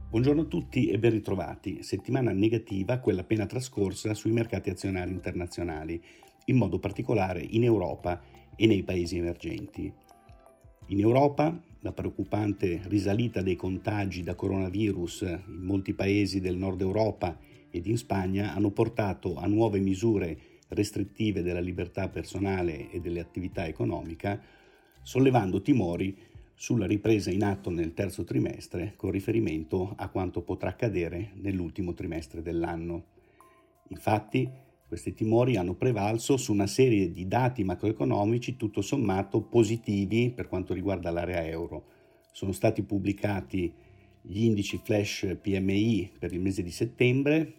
Buongiorno a tutti e ben ritrovati. Settimana negativa, quella appena trascorsa sui mercati azionari internazionali, in modo particolare in Europa e nei paesi emergenti. In Europa, la preoccupante risalita dei contagi da coronavirus in molti paesi del nord Europa ed in Spagna hanno portato a nuove misure restrittive della libertà personale e delle attività economica, sollevando timori sulla ripresa in atto nel terzo trimestre con riferimento a quanto potrà accadere nell'ultimo trimestre dell'anno. Infatti, questi timori hanno prevalso su una serie di dati macroeconomici tutto sommato positivi per quanto riguarda l'area euro. Sono stati pubblicati gli indici flash PMI per il mese di settembre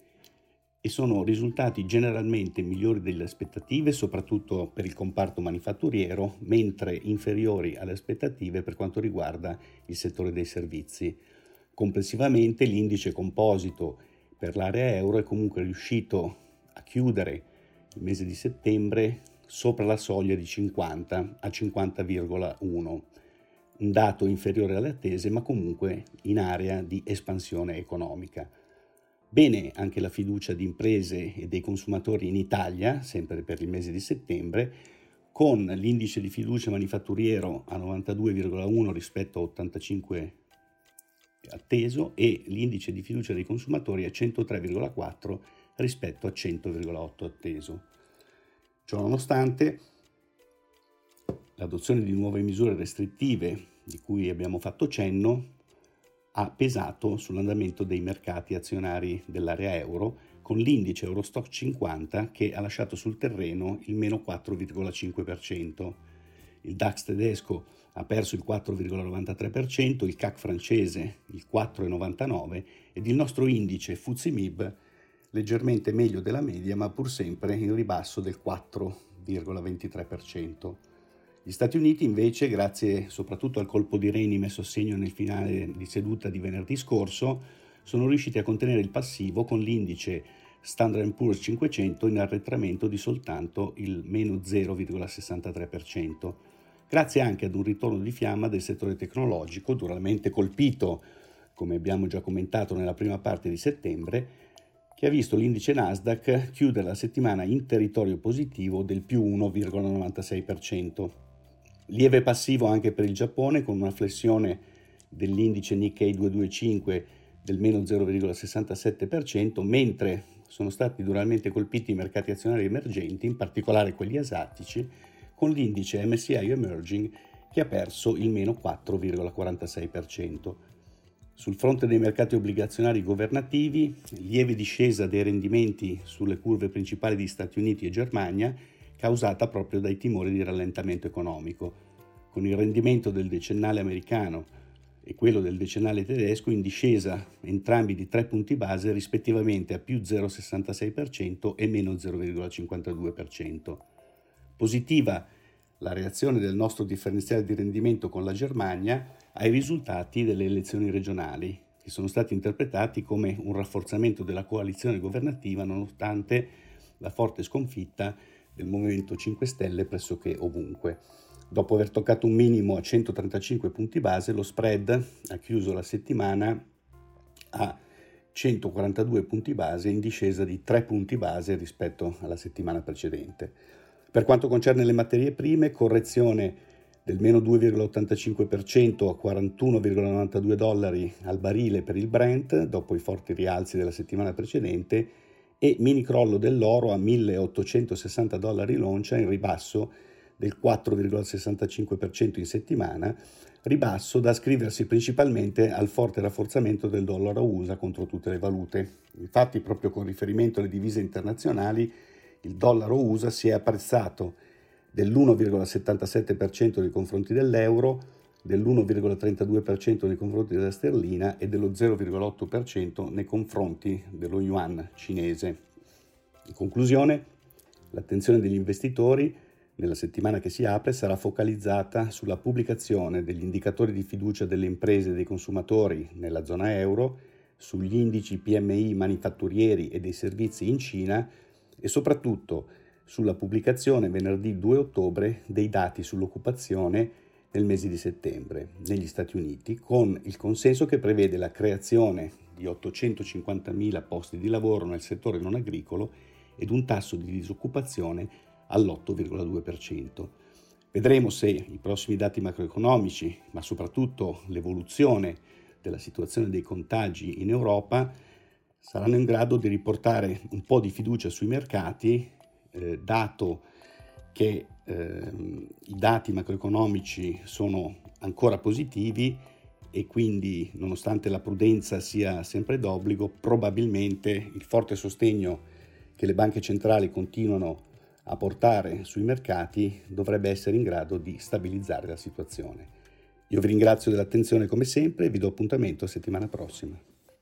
e sono risultati generalmente migliori delle aspettative, soprattutto per il comparto manifatturiero, mentre inferiori alle aspettative per quanto riguarda il settore dei servizi. Complessivamente l'indice composito per l'area euro è comunque riuscito a chiudere il mese di settembre sopra la soglia di 50 a 50,1, un dato inferiore alle attese ma comunque in area di espansione economica. Bene anche la fiducia di imprese e dei consumatori in Italia, sempre per il mese di settembre, con l'indice di fiducia manifatturiero a 92,1 rispetto a 85 atteso e l'indice di fiducia dei consumatori a 103,4 rispetto a 100,8 atteso. Ciononostante, l'adozione di nuove misure restrittive di cui abbiamo fatto cenno ha pesato sull'andamento dei mercati azionari dell'area euro, con l'indice Eurostock 50 che ha lasciato sul terreno il meno 4,5%. Il DAX tedesco ha perso il 4,93%, il CAC francese il 4,99% ed il nostro indice FTSE MIB leggermente meglio della media, ma pur sempre in ribasso del 4,23%. Gli Stati Uniti invece, grazie soprattutto al colpo di reni messo a segno nel finale di seduta di venerdì scorso, sono riusciti a contenere il passivo con l'indice Standard & Poor's 500 in arretramento di soltanto il meno 0,63%, grazie anche ad un ritorno di fiamma del settore tecnologico duramente colpito, come abbiamo già commentato nella prima parte di settembre, che ha visto l'indice Nasdaq chiudere la settimana in territorio positivo del più 1,96%. Lieve passivo anche per il Giappone, con una flessione dell'indice Nikkei 225 del meno 0,67%, mentre sono stati duramente colpiti i mercati azionari emergenti, in particolare quelli asiatici, con l'indice MSCI Emerging che ha perso il meno 4,46%. Sul fronte dei mercati obbligazionari governativi, lieve discesa dei rendimenti sulle curve principali di Stati Uniti e Germania, causata proprio dai timori di rallentamento economico, con il rendimento del decennale americano e quello del decennale tedesco in discesa entrambi di 3 punti base rispettivamente a più 0,66% e meno 0,52%. Positiva la reazione del nostro differenziale di rendimento con la Germania ai risultati delle elezioni regionali, che sono stati interpretati come un rafforzamento della coalizione governativa nonostante la forte sconfitta del Movimento 5 Stelle pressoché ovunque. Dopo aver toccato un minimo a 135 punti base, lo spread ha chiuso la settimana a 142 punti base in discesa di 3 punti base rispetto alla settimana precedente. Per quanto concerne le materie prime, correzione del meno 2,85% a 41,92 dollari al barile per il Brent dopo i forti rialzi della settimana precedente e mini crollo dell'oro a 1.860 dollari l'oncia in ribasso del 4,65% in settimana, ribasso da ascriversi principalmente al forte rafforzamento del dollaro USA contro tutte le valute. Infatti, proprio con riferimento alle divise internazionali, il dollaro USA si è apprezzato dell'1,77% nei confronti dell'euro, dell'1,32% nei confronti della sterlina e dello 0,8% nei confronti dello yuan cinese. In conclusione, l'attenzione degli investitori nella settimana che si apre sarà focalizzata sulla pubblicazione degli indicatori di fiducia delle imprese e dei consumatori nella zona euro, sugli indici PMI manifatturieri e dei servizi in Cina e soprattutto sulla pubblicazione venerdì 2 ottobre dei dati sull'occupazione nel mese di settembre negli Stati Uniti, con il consenso che prevede la creazione di 850.000 posti di lavoro nel settore non agricolo ed un tasso di disoccupazione all'8,2%. Vedremo se i prossimi dati macroeconomici, ma soprattutto l'evoluzione della situazione dei contagi in Europa, saranno in grado di riportare un po' di fiducia sui mercati, dato che i dati macroeconomici sono ancora positivi e quindi, nonostante la prudenza sia sempre d'obbligo, probabilmente il forte sostegno che le banche centrali continuano a portare sui mercati dovrebbe essere in grado di stabilizzare la situazione. Io vi ringrazio dell'attenzione come sempre e vi do appuntamento a settimana prossima.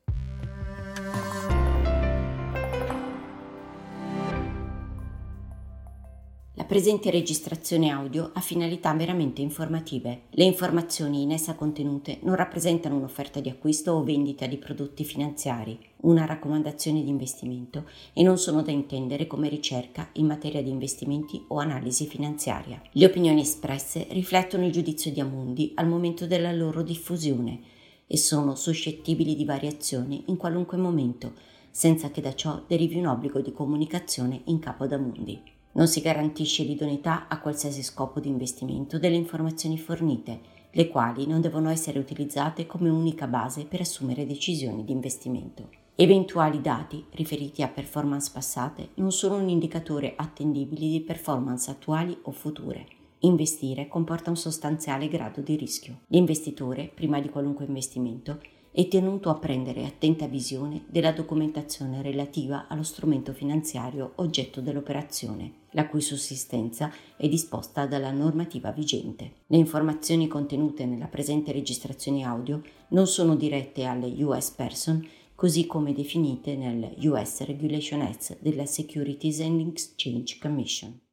La presente registrazione audio ha finalità meramente informative. Le informazioni in essa contenute non rappresentano un'offerta di acquisto o vendita di prodotti finanziari, una raccomandazione di investimento e non sono da intendere come ricerca in materia di investimenti o analisi finanziaria. Le opinioni espresse riflettono il giudizio di Amundi al momento della loro diffusione e sono suscettibili di variazioni in qualunque momento, senza che da ciò derivi un obbligo di comunicazione in capo ad Amundi. Non si garantisce l'idoneità a qualsiasi scopo di investimento delle informazioni fornite, le quali non devono essere utilizzate come unica base per assumere decisioni di investimento. Eventuali dati riferiti a performance passate non sono un indicatore attendibile di performance attuali o future. Investire comporta un sostanziale grado di rischio. L'investitore, prima di qualunque investimento, è tenuto a prendere attenta visione della documentazione relativa allo strumento finanziario oggetto dell'operazione, la cui sussistenza è disposta dalla normativa vigente. Le informazioni contenute nella presente registrazione audio non sono dirette alle US Person, così come definite nel US Regulation Act della Securities and Exchange Commission.